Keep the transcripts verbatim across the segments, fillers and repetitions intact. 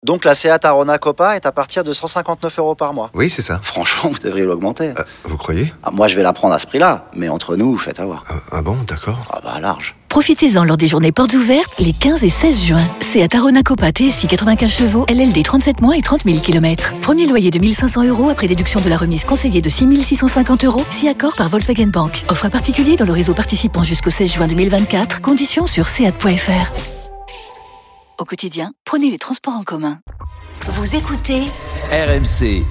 Donc la Seat Arona Copa est à partir de cent cinquante-neuf euros par mois. Oui, c'est ça. Franchement, vous devriez l'augmenter. Euh, vous croyez ? Ah, moi, je vais la prendre à ce prix-là, mais entre nous, faites avoir. Ah, ah bon, d'accord. Ah bah large. Profitez-en lors des journées portes ouvertes les quinze et seize juin. Seat Arona Copa T S I quatre-vingt-quinze chevaux, L L D trente-sept mois et trente mille kilomètres. Premier loyer de mille cinq cents euros après déduction de la remise conseillée de six mille six cent cinquante euros, si accord par Volkswagen Bank. Offre à particulier dans le réseau participant jusqu'au seize juin deux mille vingt-quatre. Conditions sur seat point f r. Au quotidien, prenez les transports en commun. Vous écoutez R M C.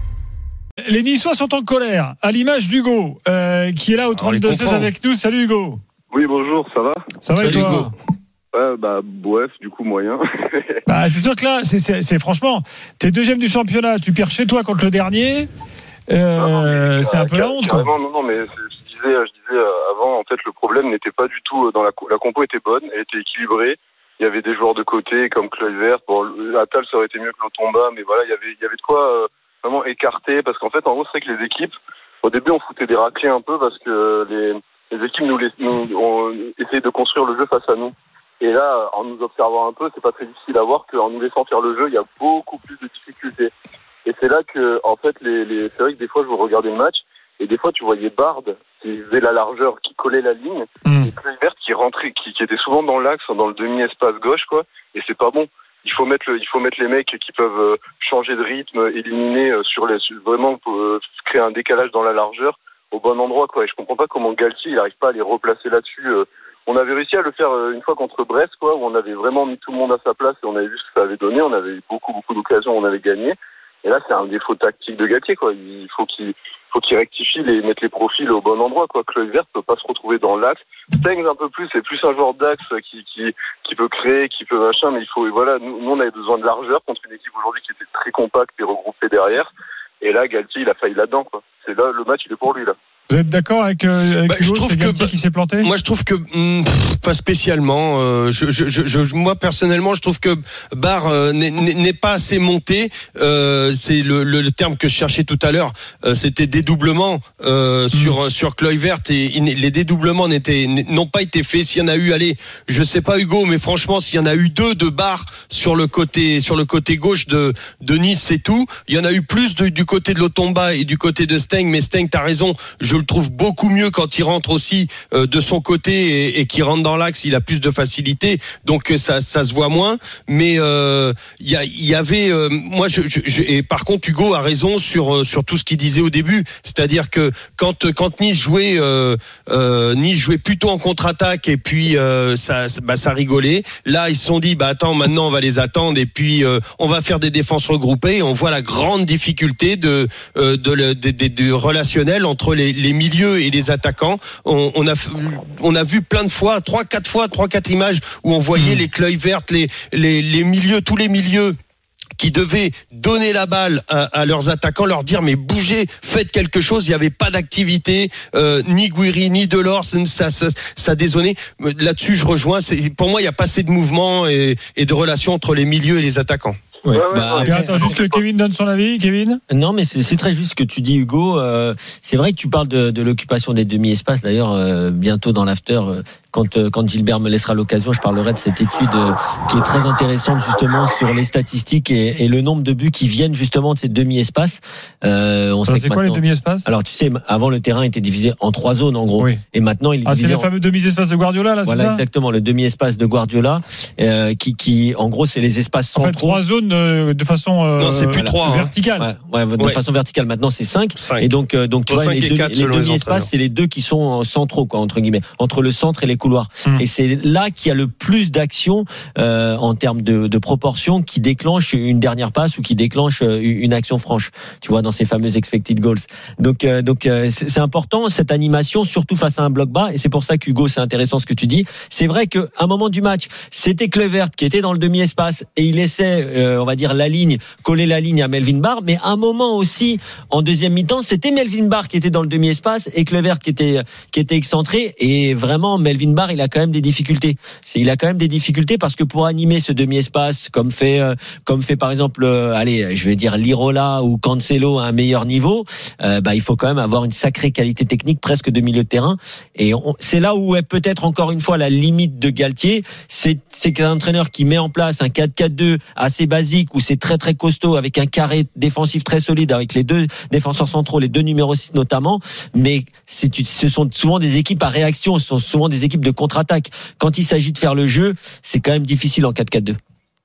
Les Niçois sont en colère, à l'image d'Hugo, euh, qui est là au trente-deux seize avec nous. Salut Hugo. Oui, bonjour, ça va ? Ça va. Salut, et toi Hugo. Ouais, bah, bref, du coup, moyen. Bah, c'est sûr que là, c'est, c'est, c'est franchement, t'es deuxième du championnat, tu perds chez toi contre le dernier, euh, non, non, mais, c'est un peu la honte, quoi. Non, non, non, mais je disais, je disais avant, en fait, le problème n'était pas du tout dans la, la compo était bonne, elle était équilibrée. Il y avait des joueurs de côté comme Kluivert. Bon, Attal, ça aurait été mieux que Lotomba, mais voilà, il y avait, il y avait de quoi euh, vraiment écarter, parce qu'en fait, en gros, c'est vrai que les équipes, au début, on foutait des raclés un peu parce que les, les équipes nous, les, nous on essayait de construire le jeu face à nous. Et là, en nous observant un peu, c'est pas très difficile à voir qu'en nous laissant faire le jeu, il y a beaucoup plus de difficultés. Et c'est là que, en fait, les, les, c'est vrai que des fois, je vous regardais le match, et des fois, tu voyais Bard qui faisait la largeur, qui collait la ligne, mmh. et Kluivert qui rentrait, qui, qui était souvent dans l'axe, dans le demi-espace gauche, quoi. Et c'est pas bon. Il faut mettre, le, il faut mettre les mecs qui peuvent changer de rythme, éliminer sur les, vraiment pour créer un décalage dans la largeur au bon endroit, quoi. Et je comprends pas comment Galtier, il n'arrive pas à les replacer là-dessus. On avait réussi à le faire une fois contre Brest, quoi, où on avait vraiment mis tout le monde à sa place et on avait vu ce que ça avait donné. On avait eu beaucoup, beaucoup d'occasions, on avait gagné. Et là, c'est un défaut tactique de Galtier, quoi. Il faut qu'il, faut qu'il rectifie et mette les profils au bon endroit, quoi. Kluivert peut pas se retrouver dans l'axe. Stengs un peu plus, c'est plus un joueur d'axe qui, qui, qui peut créer, qui peut machin, mais il faut, voilà, nous, nous on avait besoin de largeur contre une équipe aujourd'hui qui était très compacte et regroupée derrière. Et là, Galtier, il a failli là-dedans, quoi. C'est là, le match, il est pour lui, là. Vous êtes d'accord avec, euh, avec bah, Hugo, je trouve c'est Galtier que, qui s'est planté ? Moi, je trouve que pff, pas spécialement. Euh, je, je, je, moi, personnellement, je trouve que Barre euh, n'est, n'est pas assez monté. Euh, c'est le, le, le terme que je cherchais tout à l'heure. Euh, c'était dédoublement euh, mmh. sur sur Kluivert et les dédoublements n'étaient n'ont pas été faits. S'il y en a eu, allez, je sais pas Hugo, mais franchement, s'il y en a eu deux de Barre sur le côté sur le côté gauche de de Nice, c'est tout. Il y en a eu plus de, du côté de Lotomba et du côté de Stengs, mais Stengs, t'as raison. Je le trouve beaucoup mieux quand il rentre aussi euh, de son côté et, et qu'il rentre dans l'axe, il a plus de facilité, donc ça ça se voit moins. Mais il euh, y, y avait euh, moi je, je, je et par contre Hugo a raison sur sur tout ce qu'il disait au début, c'est-à-dire que quand quand Nice jouait euh, euh, Nice jouait plutôt en contre-attaque et puis euh, ça bah ça rigolait. Là ils se sont dit bah attends, maintenant on va les attendre et puis euh, on va faire des défenses regroupées et on voit la grande difficulté de euh, de, de, de, de, de relationnel entre les, les milieux et les attaquants. On, on a on a vu plein de fois, trois quatre fois, trois quatre images où on voyait mmh. les Kluivert, les les les milieux, tous les milieux qui devaient donner la balle à, à leurs attaquants, leur dire mais bougez, faites quelque chose. Il n'y avait pas d'activité, euh, ni Guiri ni Delors, ça, ça, ça dézonnait. Là-dessus, je rejoins. C'est, pour moi, il n'y a pas assez de mouvement et, et de relations entre les milieux et les attaquants. Ouais, ouais, bah, après, attends, juste que Kevin donne son avis, Kevin. Non, mais c'est, c'est très juste ce que tu dis, Hugo. Euh, c'est vrai que tu parles de, de l'occupation des demi-espaces. D'ailleurs, euh, bientôt dans l'after, euh, quand, quand Gilbert me laissera l'occasion, je parlerai de cette étude euh, qui est très intéressante justement sur les statistiques et, et le nombre de buts qui viennent justement de ces demi-espaces. Euh, on Alors, sait c'est que quoi maintenant, les demi-espaces ? Alors, tu sais, avant le terrain était divisé en trois zones en gros, oui. et maintenant il est ah, divisé. C'est le fameux demi-espace de Guardiola là, voilà, c'est ça ? Exactement, le demi-espace de Guardiola, euh, qui, qui, en gros, c'est les espaces centraux. En fait, trois zones euh, de façon euh, non, c'est plus voilà, trois, verticale. Hein. Ouais, ouais, de ouais. façon verticale. Maintenant, c'est cinq. cinq. Et donc, euh, donc tu Pour vois, les, deux, quatre, les demi-espaces, c'est les deux qui sont centraux, quoi, entre guillemets, entre le centre et les couloirs. Hum. Et c'est là qu'il y a le plus d'action euh, en termes de, de proportion qui déclenche une dernière passe ou qui déclenche une action franche. Tu vois, dans ces fameux expected goals. Donc, euh, donc euh, c'est, c'est important cette animation, surtout face à un bloc bas. Et c'est pour ça qu'Hugo, c'est intéressant ce que tu dis. C'est vrai qu'à un moment du match, c'était Kluivert qui était dans le demi-espace et il laissait, euh, on va dire, la ligne, coller la ligne à Melvin Barr. Mais à un moment aussi, en deuxième mi-temps, c'était Melvin Barr qui était dans le demi-espace et Kluivert qui était qui était excentré. Et vraiment, Melvin Kevin Barr, il a quand même des difficultés. C'est, il a quand même des difficultés parce que pour animer ce demi-espace, comme fait, euh, comme fait par exemple, euh, allez, je vais dire Lirola ou Cancelo à un meilleur niveau, euh, bah il faut quand même avoir une sacrée qualité technique presque de milieu de terrain. Et on, c'est là où est peut-être encore une fois la limite de Galtier. C'est, c'est qu'un entraîneur qui met en place un quatre quatre deux assez basique où c'est très très costaud avec un carré défensif très solide avec les deux défenseurs centraux, les deux numéros six notamment. Mais c'est, ce sont souvent des équipes à réaction, ce sont souvent des équipes de contre-attaque. Quand il s'agit de faire le jeu, c'est quand même difficile en quatre quatre deux.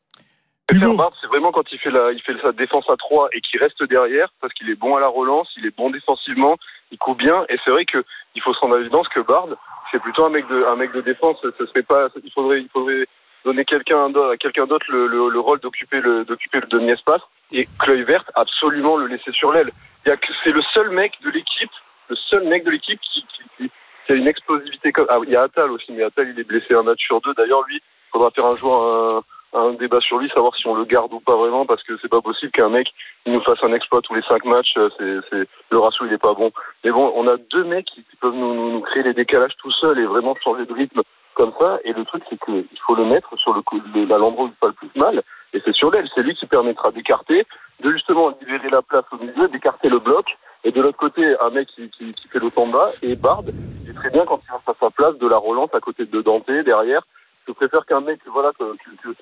Bard, c'est vraiment quand il fait la, il fait sa défense à trois et qu'il reste derrière parce qu'il est bon à la relance, il est bon défensivement, il coupe bien. Et c'est vrai que il faut se rendre à l'évidence que Bard, c'est plutôt un mec de, un mec de défense. Ce serait pas, il faudrait, il faudrait donner quelqu'un à quelqu'un d'autre le, le, le rôle d'occuper le, d'occuper le demi-espace. Et Kluivert, absolument le laisser sur l'aile. Il y a que, c'est le seul mec de l'équipe, le seul mec de l'équipe qui, qui, qui, qui a une explosivité comme. Ah, il y a Attal aussi, mais Attal il est blessé un match sur deux. D'ailleurs, lui, il faudra faire un jour un. un débat sur lui, savoir si on le garde ou pas vraiment, parce que c'est pas possible qu'un mec il nous fasse un exploit tous les cinq matchs. C'est, c'est le ratio il est pas bon. Mais bon, on a deux mecs qui, qui peuvent nous, nous, nous créer les décalages tout seuls et vraiment changer de rythme comme ça. Et le truc c'est que il faut le mettre sur le coup, le, l'endroit où il fait le plus mal. Et c'est sur l'aile. C'est lui qui permettra d'écarter, de justement libérer la place au milieu, d'écarter le bloc. Et de l'autre côté, un mec qui, qui, qui fait le combat. Et Bard, il est très bien quand il reste à sa place de la relance à côté de Dante derrière. Je préfère qu'un mec, voilà, que, que, que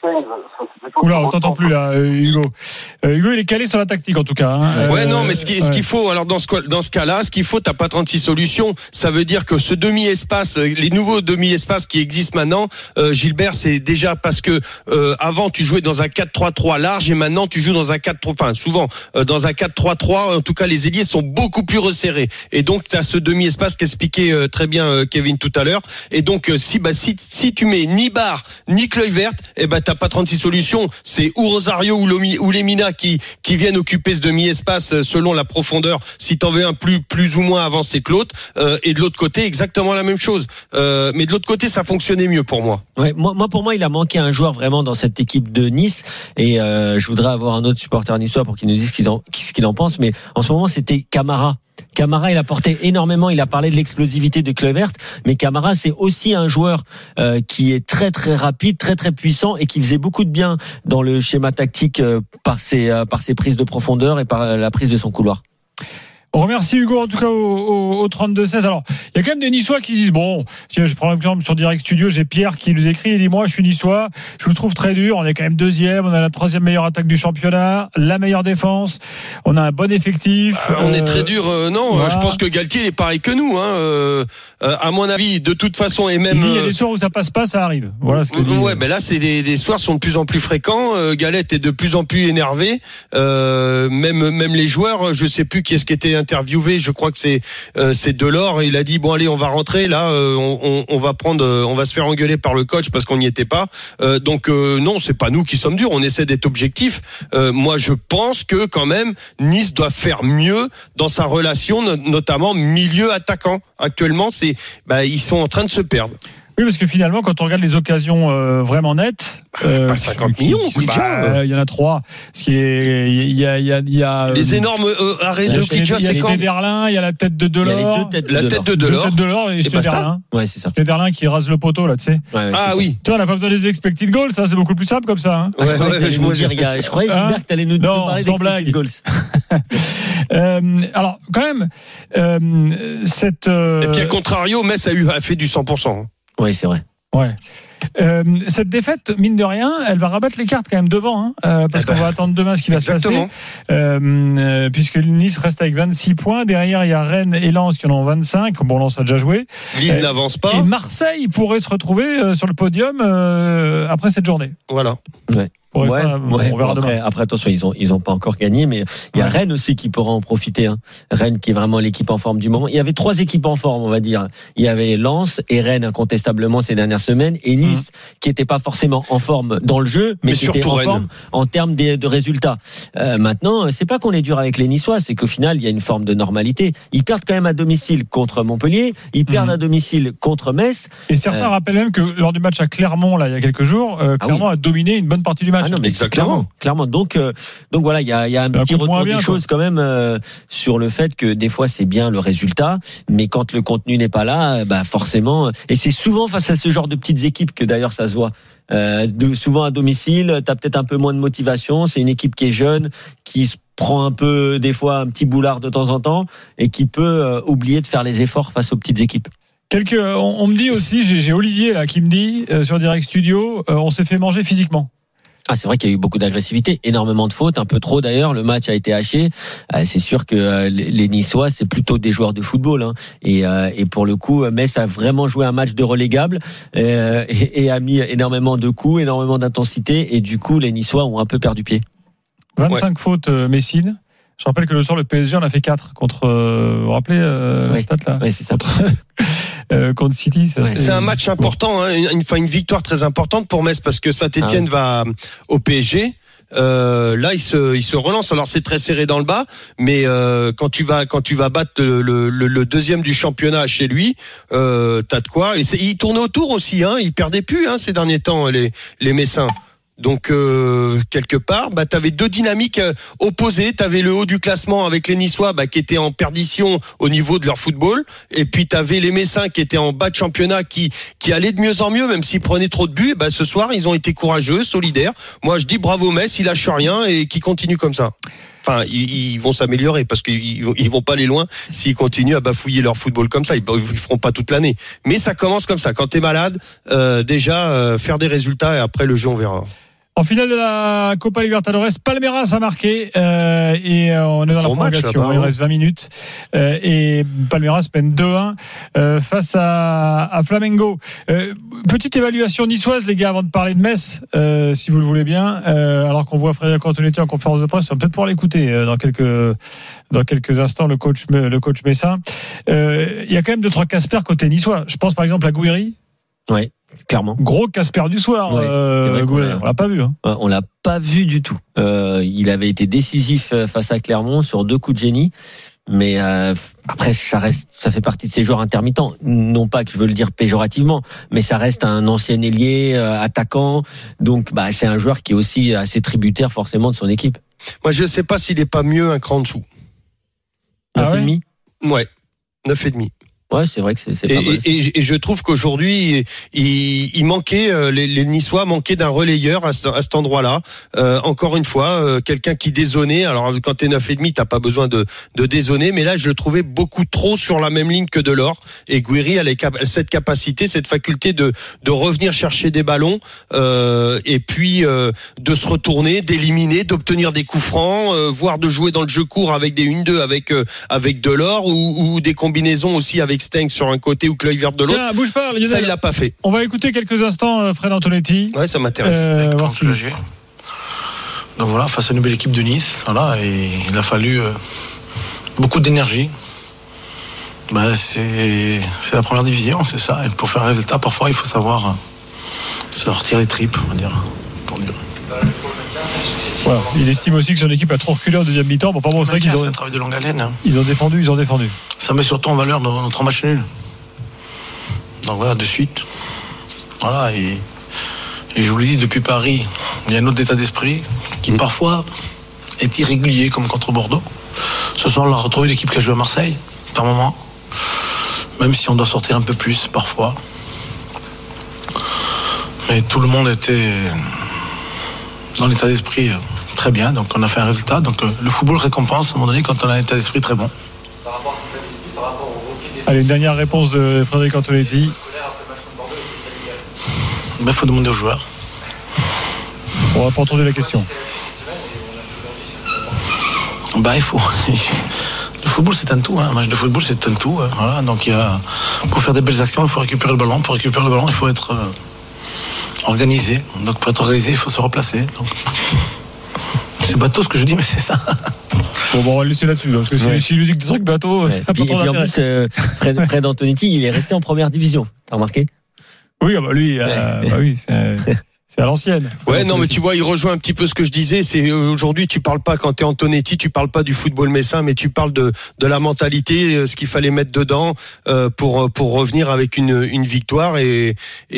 Oula, on t'entend plus là, Hugo. Euh, Hugo, il est calé sur la tactique en tout cas. Hein. Ouais, euh, non, mais ce, qui, ouais. ce qu'il faut, alors dans ce dans ce cas-là, ce qu'il faut, t'as pas trente-six solutions. Ça veut dire que ce demi-espace, les nouveaux demi-espaces qui existent maintenant, euh, Gilbert, c'est déjà parce que euh, avant tu jouais dans un quatre trois trois large et maintenant tu joues dans un quatre trois, enfin souvent euh, dans un quatre trois trois. En tout cas, les ailiers sont beaucoup plus resserrés. Et donc t'as ce demi-espace qu'expliquait euh, très bien euh, Kevin tout à l'heure. Et donc euh, si bah si si tu mets ni Barr ni Kluivert, et ben bah, t'as pas trente-six solutions, c'est ou Rosario ou, Lomi, ou Lemina qui qui viennent occuper ce demi-espace selon la profondeur, si t'en veux un plus plus ou moins avancé que l'autre, euh, et de l'autre côté exactement la même chose, euh, mais de l'autre côté ça fonctionnait mieux pour moi. Ouais, moi, moi pour moi il a manqué un joueur vraiment dans cette équipe de Nice, et euh, je voudrais avoir un autre supporter niçois pour qu'il nous dise ce qu'il en, ce qu'il en pense, mais en ce moment c'était Camara. Camara, il a porté énormément, il a parlé de l'explosivité de Kluivert, mais Camara, c'est aussi un joueur euh, qui est très très rapide, très très puissant et qui faisait beaucoup de bien dans le schéma tactique euh, par ses euh, par ses prises de profondeur et par la prise de son couloir. On remercie Hugo en tout cas au, au, au trente-deux seize. Alors, il y a quand même des Niçois qui disent, bon, je prends l'exemple sur Direct Studio, j'ai Pierre qui nous écrit, il dit, moi je suis Niçois, je vous trouve très dur, on est quand même deuxième, on a la troisième meilleure attaque du championnat, la meilleure défense, on a un bon effectif. Bah, on euh, est très dur, euh, non, voilà. Je pense que Galtier est pareil que nous, hein, euh, euh, à mon avis, de toute façon, et même... Il y a des soirs où ça passe pas, ça arrive. Voilà ce que dit. Ouais, ben là, c'est des, des soirs sont de plus en plus fréquents, euh, Galette est de plus en plus énervé, euh, même, même les joueurs, je sais plus qui est-ce qui était interviewé, je crois que c'est euh, c'est Delors. Il a dit bon allez on va rentrer là, euh, on, on, on va prendre, euh, on va se faire engueuler par le coach parce qu'on n'y était pas. Euh, donc euh, non, c'est pas nous qui sommes durs. On essaie d'être objectif. Euh, moi je pense que quand même Nice doit faire mieux dans sa relation, notamment milieu attaquant. Actuellement c'est bah ils sont en train de se perdre. Oui, parce que finalement, quand on regarde les occasions euh, vraiment nettes, euh, pas cinquante millions, il bah, euh, y en a trois. Ce qui est, il y a, il y a, il y a les euh, énormes euh, arrêts de Kidja, c'est quand? Il y a Schneiderlin, il y a la tête de Delors, la tête de Delors, la tête de Delors et Schneiderlin. Ouais, c'est ça. Schneiderlin qui rase le poteau là, tu sais. Ouais, ouais, ah oui. Toi, on n'a pas besoin des expected goals, ça, c'est beaucoup plus simple comme ça. Hein. Ouais, ah, ouais, je, ouais, je, dire, je croyais Gilbert que t'allais nous, non, nous parler sans blague. goals. euh, alors, quand même, euh, cette. Euh... Et puis à contrario, Metz a eu a fait du cent pour cent. Oui, c'est vrai. Ouais. Euh, cette défaite, mine de rien, elle va rabattre les cartes quand même devant, hein, euh, parce eh ben, qu'on va attendre demain ce qui va exactement. se passer, euh, euh, puisque Nice reste avec vingt-six points. Derrière, il y a Rennes et Lens qui en ont vingt-cinq. Bon, Lens a déjà joué. Lille euh, n'avance pas. Et Marseille pourrait se retrouver euh, sur le podium euh, après cette journée. Voilà. Ouais. Ouais, faire, ouais, on verra après, demain. Après, attention, ils ont, ils ont pas encore gagné, mais il y a ouais. Rennes aussi qui pourra en profiter. Hein. Rennes qui est vraiment l'équipe en forme du moment. Il y avait trois équipes en forme, on va dire. Il y avait Lens et Rennes incontestablement ces dernières semaines, et Nice mmh. qui était pas forcément en forme dans le jeu, mais, mais qui était en Rennes. forme en termes de, de résultats. Euh, maintenant, c'est pas qu'on est dur avec les Niçois, c'est qu'au final, il y a une forme de normalité. Ils perdent quand même à domicile contre Montpellier, ils perdent mmh. à domicile contre Metz. Et certains euh... rappellent même que lors du match à Clermont, là, il y a quelques jours, euh, Clermont ah oui. a dominé une bonne partie du match. Ah non, mais exactement. Clairement, clairement. Donc, euh, donc voilà, il y a, il y a un Ça petit coûte moins retour bien, des quoi. choses quand même euh, sur le fait que des fois c'est bien le résultat, mais quand le contenu n'est pas là, bah forcément. Et c'est souvent face à ce genre de petites équipes que d'ailleurs ça se voit. Euh, de, souvent à domicile, t'as peut-être un peu moins de motivation. C'est une équipe qui est jeune, qui se prend un peu des fois un petit boulard de temps en temps et qui peut euh, oublier de faire les efforts face aux petites équipes. Quelques, on, on me dit aussi, j'ai, j'ai Olivier là qui me dit euh, sur Direct Studio, euh, on s'est fait manger physiquement. Ah, c'est vrai qu'il y a eu beaucoup d'agressivité, énormément de fautes, un peu trop d'ailleurs. Le match a été haché. Euh, c'est sûr que euh, les Niçois, c'est plutôt des joueurs de football, hein. Et, euh, et pour le coup, Metz a vraiment joué un match de relégable euh, et, et a mis énormément de coups, énormément d'intensité. Et du coup, les Niçois ont un peu perdu pied. vingt-cinq Ouais. fautes euh, Messine. Je rappelle que le soir, le P S G en a fait quatre contre. Euh, vous vous rappelez euh, la Oui. stat là Ouais, c'est ça. Contre, euh, contre City. Ça, Ouais. c'est... C'est un match important, hein, une, une, enfin, une victoire très importante pour Metz parce que Saint-Etienne Ah va au P S G. Euh, là, il se, il se relance. Alors c'est très serré dans le bas, mais euh, quand tu vas, quand tu vas battre le, le, le deuxième du championnat chez lui, euh, t'as de quoi. Et c'est, il tournait autour aussi, hein. Il perdait plus, hein, ces derniers temps, les, les Messins. Donc euh, quelque part, bah t'avais deux dynamiques euh, opposées. T'avais le haut du classement avec les Niçois, bah, qui étaient en perdition au niveau de leur football, et puis t'avais les Messins qui étaient en bas de championnat, qui qui allaient de mieux en mieux, même s'ils prenaient trop de buts. Bah ce soir, ils ont été courageux, solidaires. Moi, je dis bravo Metz, ils lâchent rien et qui continuent comme ça. Enfin, ils, ils vont s'améliorer parce qu'ils vont, ils vont pas aller loin s'ils continuent à bafouiller leur football comme ça. Ils, ils feront pas toute l'année. Mais ça commence comme ça. Quand t'es malade, euh, déjà euh, faire des résultats et après le jeu on verra. En finale de la Copa Libertadores, Palmeiras a marqué euh, et euh, on est dans Gros la prolongation. match, là-bas, Il hein. reste vingt minutes euh, et Palmeiras mène deux un euh, face à, à Flamengo. Euh, petite évaluation niçoise, les gars, avant de parler de Metz, euh, si vous le voulez bien. Euh, alors qu'on voit Frédéric Antonetti en conférence de presse, on va peut-être pouvoir l'écouter euh, dans quelques dans quelques instants. Le coach le coach messin. Euh, il y a quand même deux trois Casper côté niçois. Je pense par exemple à Gouiri. Ouais, clairement. Gros Casper du soir. Ouais, euh, c'est vrai qu'on Gouiri. l'a- On l'a pas vu. Hein. Ouais, on l'a pas vu du tout. Euh, il avait été décisif face à Clermont sur deux coups de génie. Mais euh, après, ça reste, ça fait partie de ces joueurs intermittents. Non pas que je veux le dire péjorativement, mais ça reste un ancien ailier, euh, attaquant. Donc, bah, c'est un joueur qui est aussi assez tributaire forcément de son équipe. Moi, je sais pas s'il est pas mieux un cran en dessous. Ah neuf ouais et demi. Ouais, neuf et demi. Ouais, c'est vrai que c'est, c'est Et, pas mal. et, et, et je trouve qu'aujourd'hui, il, il manquait, euh, les, les Niçois manquaient d'un relayeur à, ce, à cet endroit-là. Euh, encore une fois, euh, quelqu'un qui dézonnait. Alors, quand t'es neuf et demi, t'as pas besoin de, de dézonner. Mais là, je le trouvais beaucoup trop sur la même ligne que Delors. Et Gouiri a les cap- cette capacité, cette faculté de, de revenir chercher des ballons, euh, et puis euh, de se retourner, d'éliminer, d'obtenir des coups francs, euh, voire de jouer dans le jeu court avec des un deux avec euh, avec Delors ou, ou des combinaisons aussi avec Stengs sur un côté ou Kluivert de l'autre. Tiens, bouge pas, Lionel. Ça, il l'a pas fait. On va écouter quelques instants euh, Fred Antonetti. Ouais, ça m'intéresse. Euh, Avec voir Franck si- Lagier. Donc voilà, face à une nouvelle équipe de Nice, voilà, et il a fallu euh, beaucoup d'énergie. Ben, c'est, c'est la première division, c'est ça. Et pour faire un résultat, parfois, il faut savoir euh, sortir les tripes, on va dire. Pour dire. Voilà. Il estime aussi que son équipe a trop reculé en deuxième mi-temps. Bon, enfin bon, c'est vrai qu'ils C'est ont, un travail de longue haleine. hein. ils ont défendu, ils ont défendu. Ça met surtout en valeur nos- notre match nul. Donc voilà, de suite. Voilà, et, et je vous le dis, depuis Paris, il y a un autre état d'esprit qui parfois est irrégulier, comme contre Bordeaux. Ce soir, on a retrouvé l'équipe qui a joué à Marseille, par moment. Même si on doit sortir un peu plus, parfois. Mais tout le monde était dans l'état d'esprit euh, très bien, donc on a fait un résultat. Donc euh, le football récompense à un moment donné quand on a un état d'esprit très bon. Allez, une dernière réponse de Frédéric Antonetti. Il faut demander aux joueurs. On va pas entendre la question. Bah, il faut. Le football, c'est un tout. Hein. Un match de football, c'est un tout. Hein. Voilà. Donc, il y a... pour faire des belles actions, il faut récupérer le ballon. Pour récupérer le ballon, il faut être euh, organisé. Donc, pour être organisé, il faut se replacer. Donc... C'est bateau ce que je dis, mais c'est ça. Bon, bon, on va le laisser là-dessus, parce que si Ouais. s'il lui dit que des trucs bateaux, Ouais. ça n'a pas Puis- et trop puis en d'intérêt. plus, euh, Fred, Fred Antonetti, il est resté en première division. T'as remarqué? Oui, ah bah lui, euh, Ouais. bah oui, c'est, C'est à l'ancienne. Ouais, non, mais tu vois, il rejoint un petit peu ce que je disais. C'est aujourd'hui, tu parles pas quand t'es Antonetti, tu parles pas du football messin, mais tu parles de de la mentalité, ce qu'il fallait mettre dedans euh, pour pour revenir avec une une victoire et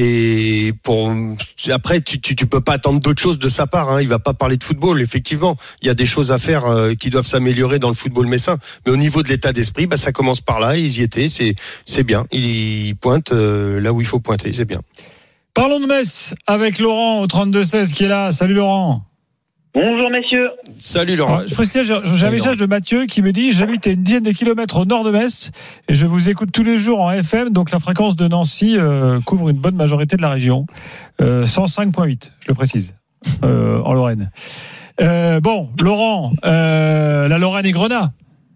et pour après tu tu tu peux pas attendre d'autres choses de sa part. Hein. Il va pas parler de football. Effectivement, il y a des choses à faire euh, qui doivent s'améliorer dans le football messin. Mais au niveau de l'état d'esprit, bah ça commence par là. Ils y étaient. C'est c'est bien. Ils pointent euh, là où il faut pointer. C'est bien. Parlons de Metz avec Laurent au trente-deux seize qui est là. Salut Laurent. Bonjour messieurs. Salut Laurent. Alors, je précise, j'ai, j'ai un message de Mathieu qui me dit: j'habite à une dizaine de kilomètres au nord de Metz et je vous écoute tous les jours en F M, donc la fréquence de Nancy euh, couvre une bonne majorité de la région. Euh, cent cinq virgule huit, je le précise, euh, en Lorraine. Euh, bon, Laurent, euh, la Lorraine et Grenat.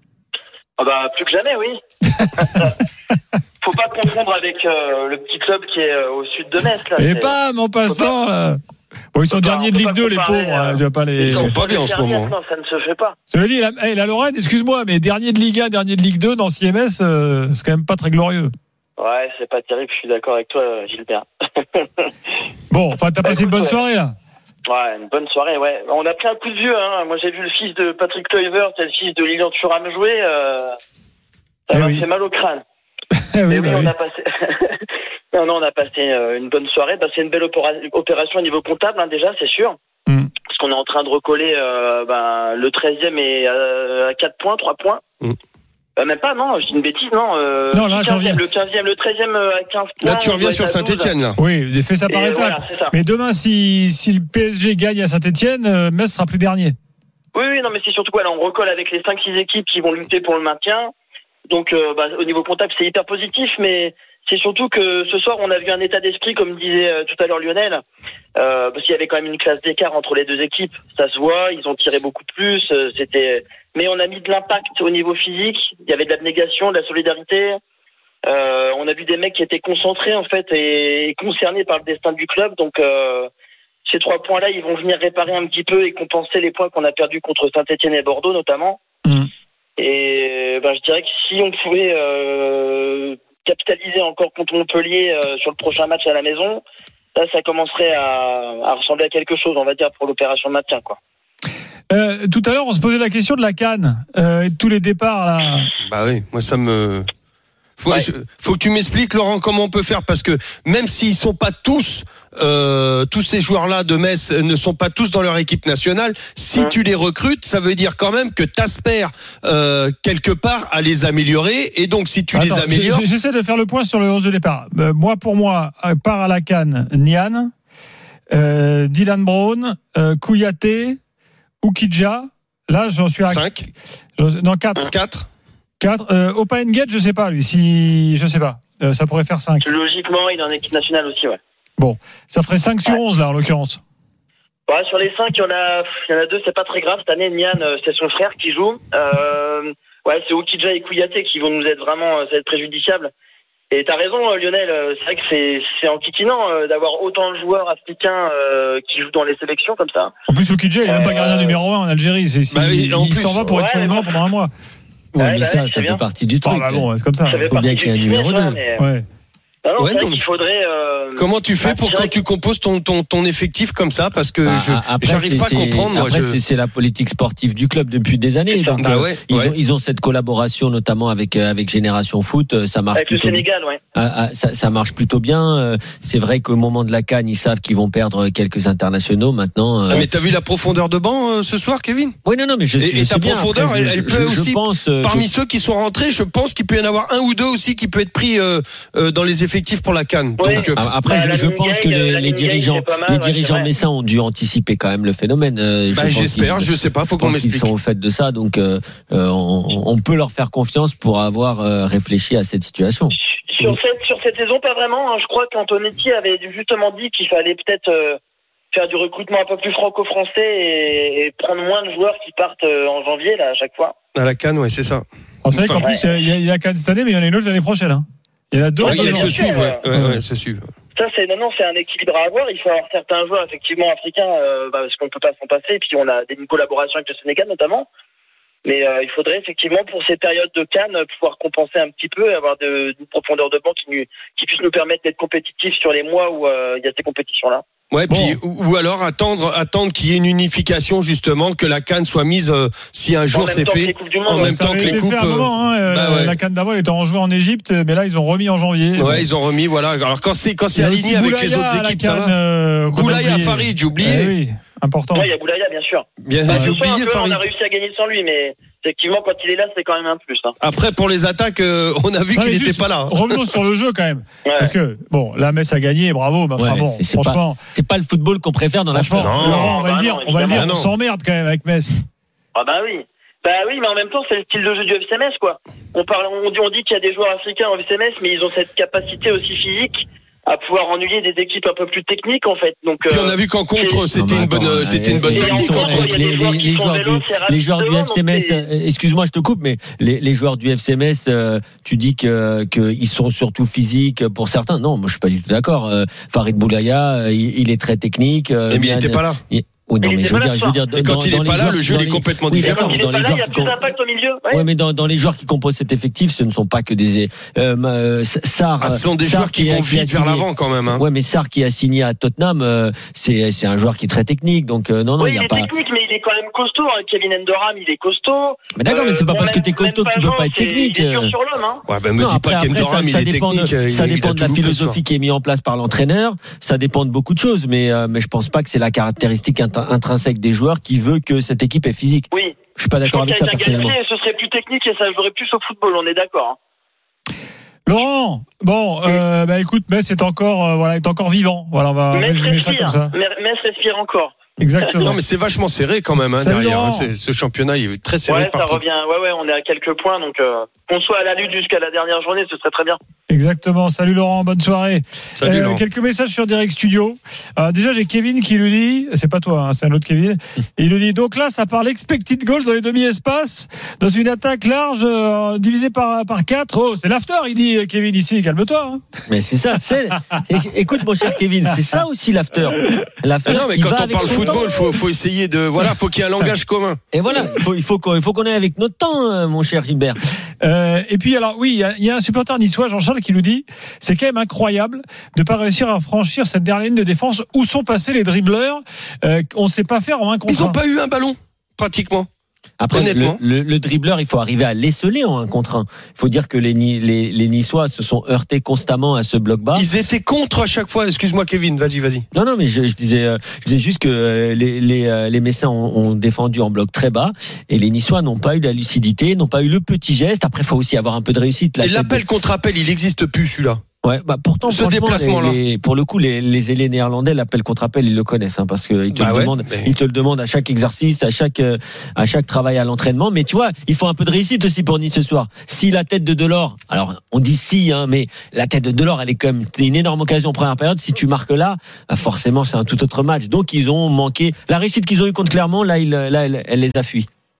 Ah bah plus que jamais, oui. Faut pas confondre avec euh, le petit club qui est euh, au sud de Metz là. Et c'est... bam, en passant. Là. Bon, ils sont pas, derniers de Ligue deux, les pauvres. Euh, hein, tu vas pas les. Ils sont pas bien en ce moment. Non, ça ne se fait pas. Je te dis, la, hey, la Lorraine, excuse-moi, mais dernier de Ligue un, dernier de Ligue deux, dans C M S, euh, c'est quand même pas très glorieux. Ouais, c'est pas terrible. Je suis d'accord avec toi, Gilbert. Bon, enfin, t'as passé une bonne soirée là. Ouais, une bonne soirée, ouais. On a pris un coup de vieux, hein. Moi, j'ai vu le fils de Patrick Kluivert et le fils de Lilian Thuram jouer. Euh... Ça eh m'a oui. fait mal au crâne. Eh oui, Mais bah oui, on oui. a passé. non, non, on a passé une bonne soirée. Bah, c'est une belle opéra... opération au niveau comptable, hein, déjà, c'est sûr. Mm. Parce qu'on est en train de recoller euh, ben, le treizième est à, à quatre points, trois points. Mm. Euh, même pas, non, je dis une bêtise, non. Euh, Non, là, le tu reviens. quinzième, le quinzième, le treizième à quinze points. Là, tu reviens sur Saint-Etienne, là. Oui, il fait ça par Et étapes. voilà, c'est ça. Mais demain, si, si le P S G gagne à Saint-Etienne, euh, Metz sera plus dernier. Oui, oui, non, mais c'est surtout quoi, là, on recolle avec les cinq six équipes qui vont lutter pour le maintien. Donc, euh, bah, au niveau comptable, c'est hyper positif, mais c'est surtout que ce soir, on a vu un état d'esprit, comme disait euh, tout à l'heure Lionel, euh, parce qu'il y avait quand même une classe d'écart entre les deux équipes. Ça se voit, ils ont tiré beaucoup plus. Euh, c'était, mais on a mis de l'impact au niveau physique. Il y avait de l'abnégation, de la solidarité. Euh, on a vu des mecs qui étaient concentrés en fait et, et concernés par le destin du club. Donc, euh, ces trois points-là, ils vont venir réparer un petit peu et compenser les points qu'on a perdus contre Saint-Etienne et Bordeaux notamment. Mm. Et ben, je dirais que si on pouvait euh, capitaliser encore contre Montpellier euh, sur le prochain match à la maison, là, ça commencerait à, à ressembler à quelque chose, on va dire, pour l'opération de maintien, quoi. Euh, tout à l'heure, on se posait la question de la CAN euh, et de tous les départs là. Bah oui, moi ça me. Faut, Ouais. je- faut que tu m'expliques, Laurent, comment on peut faire, parce que même s'ils sont pas tous, euh, tous ces joueurs-là de Metz ne sont pas tous dans leur équipe nationale, si Mmh. tu les recrutes, ça veut dire quand même que t'aspères euh, quelque part à les améliorer, et donc si tu les Attends, améliores, j'ai- J'essaie de faire le point sur le onze de départ. Euh, moi, pour moi, euh, part à la CAN Nian, euh, Dylan Brown, euh, Kouyaté, Oukidja. Là, j'en suis à cinq, j'en- non quatre. quatre. quatre. Euh, Opa Nguet, je sais pas lui. Si je sais pas, euh, ça pourrait faire cinq. Logiquement, il est en équipe nationale aussi, ouais. Ça ferait cinq sur onze là en l'occurrence. Ouais, sur les cinq, il y en a, il y en a deux, c'est pas très grave. Cette année, Nian, euh, c'est son frère qui joue. Euh, ouais, c'est Oukidja et Kouyaté qui vont nous être vraiment, euh, ça va être préjudiciable. Et t'as raison, euh, Lionel. euh, C'est vrai que c'est, c'est enquiquinant euh, d'avoir autant de joueurs africains euh, qui jouent dans les sélections comme ça. En plus, Oukidja, il est même pas Euh, gardien numéro un en Algérie. C'est, c'est- Bah oui, il en il plus, s'en va pour être ouais, sur le mais banc bon. pendant un mois. Ouais, Ouais, mais bah ça, ouais, ça c'est fait bien. partie du Ah truc. bah bon, c'est comme ça. Ça fait faut bien partie qu'il y ait du un numéro business, deux. ouais, mais- Ouais. Non, non, Ouais, c'est vrai donc- qu'il faudrait. Euh... Comment tu fais bah, pour c'est quand vrai tu composes ton, ton, ton effectif comme ça, parce que Bah, je après, j'arrive c'est- pas à c'est- comprendre, moi. Après, je... c'est, c'est la politique sportive du club depuis des années. Donc, Bah euh, ouais, ils, ouais. Ont, ils ont cette collaboration, notamment avec euh, avec Génération Foot. euh, Ça marche Avec le plutôt bien. Sénégal, ouais. Ah, ah, ça, ça marche plutôt bien. Euh, C'est vrai qu'au moment de la CAN, ils savent qu'ils vont perdre quelques internationaux. Maintenant, euh... Ah, mais t'as vu la profondeur de banc euh, ce soir, Kevin? oui, non, non, mais je, Et- je et sais ta bien. profondeur, Après, elle- je- elle je- peut je aussi, pense, euh, Parmi je- ceux qui sont rentrés, je pense qu'il peut y en avoir un ou deux aussi qui peut être pris euh, euh, dans les effectifs pour la CAN. Ouais. Donc, euh, Ah, Après, Bah, je, la je ligne pense gang, que euh, les, la les ligne gang, dirigeants, c'est pas mal, les ouais, dirigeants c'est vrai. messins ont dû anticiper quand même le phénomène. Euh, je bah, pense j'espère, qu'ils- je sais pas, faut je qu'on pense qu'ils m'explique. sont au fait de ça, donc euh, euh, on, on peut leur faire confiance pour avoir euh, réfléchi à cette situation. Sur cette, sur cette saison, pas vraiment. hein. Je crois qu'Antonetti avait justement dit qu'il fallait peut-être euh, faire du recrutement un peu plus franco-français et, et prendre moins de joueurs qui partent euh, en janvier, là, à chaque fois. À la CAN, ouais, c'est ça. Vous savez qu'en Ouais. plus, il y a, il y a CAN cette année, mais il y en a une autre l'année prochaine. Hein. Il y en a deux. Ouais, Oui, il y a elles bien se sûr, suivent, ouais, ouais. ouais, ouais, Ouais. elles se suivent. Ça, c'est, non, non, c'est un équilibre à avoir. Il faut avoir certains joueurs, effectivement, africains, euh, bah, parce qu'on peut pas s'en passer. Et puis, on a des, une collaboration avec le Sénégal, notamment. Mais euh, il faudrait, effectivement, pour ces périodes de Cannes, pouvoir compenser un petit peu et avoir de, une profondeur de banc qui, nous- qui puisse nous permettre d'être compétitifs sur les mois où euh, il y a ces compétitions-là. Ouais, Bon. puis ou, ou alors attendre, attendre qu'il y ait une unification justement, que la CAN soit mise euh, si un jour c'est fait en même Ça temps avait que les été coupes. fait à un moment, hein, euh, bah ouais. La canne d'avant elle était en joué en Égypte, mais là ils ont remis en janvier. Ouais, ils ont remis, voilà. Alors quand c'est quand c'est aligné avec les autres équipes, ça va. Euh, Boulaya, Farid, j'ai oublié. Eh oui, important. Ouais, il y a Boulaya, bien sûr. Bien, Bah, j'ai ce soir, oublié un peu, Farid. on a réussi à gagner sans lui, mais effectivement, quand il est là, c'est quand même un plus. Hein. Après, pour les attaques, euh, on a vu Non, qu'il mais n'était juste, pas là. Revenons sur le jeu quand même. Ouais. Parce que, bon, la Metz a gagné, bravo. Mais enfin, Ouais, bon, c'est- c'est franchement, C'est pas le football qu'on préfère dans la franchement, France. Non, Laurent, on va bah le dire, non, on va le dire, évidemment. on s'emmerde quand même avec Metz. Ah bah oui. Bah oui, mais en même temps, c'est le style de jeu du F C Metz, quoi. On parle, on dit, on dit qu'il y a des joueurs africains au F C Metz, mais ils ont cette capacité aussi physique à pouvoir ennuyer des équipes un peu plus techniques, en fait. Donc, Puis euh, on a vu qu'en contre, c'est- c'était Non, mais une bonne, attends, c'était une bonne et tactique. encore, en il y a contre. des joueurs qui les sont joueurs vélos, du, c'est rapide les joueurs du devant, F C Metz, donc c'est- euh, excuse-moi, je te coupe, mais les, les joueurs du F C Metz, euh, tu dis que qu'ils sont surtout physiques pour certains. Non, moi je suis pas du tout d'accord. Euh, Farid Boulaya, euh, il, il est très technique. Euh, Mais il Mian- n'était pas là. il- Oui, non, Il mais était je veux pas là dire, ce je veux dire, Et quand dans- il dans est les pas là, joueurs- le jeu dans il est les- complètement oui, différent. d'accord, Quand il dans est les pas là, joueurs il y a qui plus com- d'impact au milieu. Ouais. Ouais, mais dans, dans les joueurs qui composent cet effectif, ce ne sont pas que des euh, euh, Sarr. Ah, ce sont des Sarr joueurs qui a- vont a vite vers signé- l'avant quand même. Hein. Ouais, mais Sarr qui a signé à Tottenham, euh, c'est c'est un joueur qui est très technique. Donc euh, non, non, Oui, il il y a est pas. technique, mais il est quand même costaud. Hein. Kevin Endoram, il est costaud. Mais d'accord, mais c'est pas Euh, parce que même- t'es costaud même que tu peux Pavon, pas être c'est- technique. Il est dur euh. sur l'homme, hein. Ouais, ben me Non, dis pas après, qu'Emdoram après, il ça est dépend de- technique. il- Ça il a dépend tout de la loupé ce soir. philosophie qui est mise en place par l'entraîneur. Ça dépend de beaucoup de choses, mais euh, mais je pense pas que c'est la caractéristique int- intrinsèque des joueurs qui veut que cette équipe est physique. Oui. Je suis pas Je d'accord pense avec ça qu'avec personnellement. Galtier, ce serait plus technique et ça jouerait plus au football, on est d'accord. hein. Laurent, bon, euh, bah écoute, Metz est encore, euh, voilà, est encore vivant. Voilà, on va Metz résumer ça respire. comme ça. Metz respire encore. Exactement. Non, mais c'est vachement serré quand même hein, Salut, derrière. Laurent. hein. C'est- Ce championnat il est très serré Ouais, ça partout. revient. Ouais, ouais, on est à quelques points, donc euh, qu'on soit à la lutte jusqu'à la dernière journée, ce serait très bien. Exactement. Salut Laurent, bonne soirée. Salut Euh, Laurent. quelques messages sur Direct Studio. Euh, déjà, j'ai Kevin qui lui dit, c'est pas toi, hein, c'est un autre Kevin. Il lui dit, donc là, ça parle expected goals dans les demi-espaces, dans une attaque large, euh, divisée par, par quatre. Oh, c'est l'after, il dit Kevin ici, calme-toi. Hein. Mais c'est ça. C'est... Écoute, mon cher Kevin, c'est ça aussi l'after. L'after Mais non, mais qui quand va on avec parle son football, temps. faut, faut essayer de. Voilà, faut qu'il y ait un langage commun. Et voilà, il faut, il faut qu'on, il faut qu'on aille avec notre temps, euh, mon cher Gilbert. Euh, et puis alors oui, il y a- il y, a un supporter niçois, Jean-Charles, qui nous dit, c'est quand même incroyable de pas réussir à franchir cette dernière ligne de défense. Où sont passés les dribbleurs euh, On ne sait pas faire en un contre Ils un. n'ont pas eu un ballon, pratiquement. Après, le, Honnêtement. le, le dribbleur, il faut arriver à l'esseler en un contre un. Il faut dire que les, Ni- les, les Niçois se sont heurtés constamment à ce bloc bas. Ils étaient contre à chaque fois. Excuse-moi, Kevin, vas-y, vas-y. Non, non, mais je, je disais, euh, je disais juste que euh, les, les, euh, les Messins ont, ont défendu en bloc très bas et les Niçois n'ont pas eu la lucidité, n'ont pas eu le petit geste. Après, il faut aussi avoir un peu de réussite. La Et tête l'appel contre appel, il n'existe plus celui-là. Ouais, bah pourtant, Ce franchement, déplacement-là. les- les- pour le coup, les, les ailés néerlandais, l'appel contre appel, ils le connaissent, hein, parce qu'ils te Bah le ouais, demandent, mais- ils te le demandent à chaque exercice, à chaque, euh, à chaque travail à l'entraînement. Mais tu vois, il faut un peu de réussite aussi pour Nice ce soir. Si la tête de Delors, alors on dit si, hein, mais la tête de Delors, elle est quand même, c'est une énorme occasion en première période. Si tu marques là, bah forcément, c'est un tout autre match. Donc ils ont manqué la réussite qu'ils ont eu contre Clermont. Là, ils, là, elle, elle les a fui.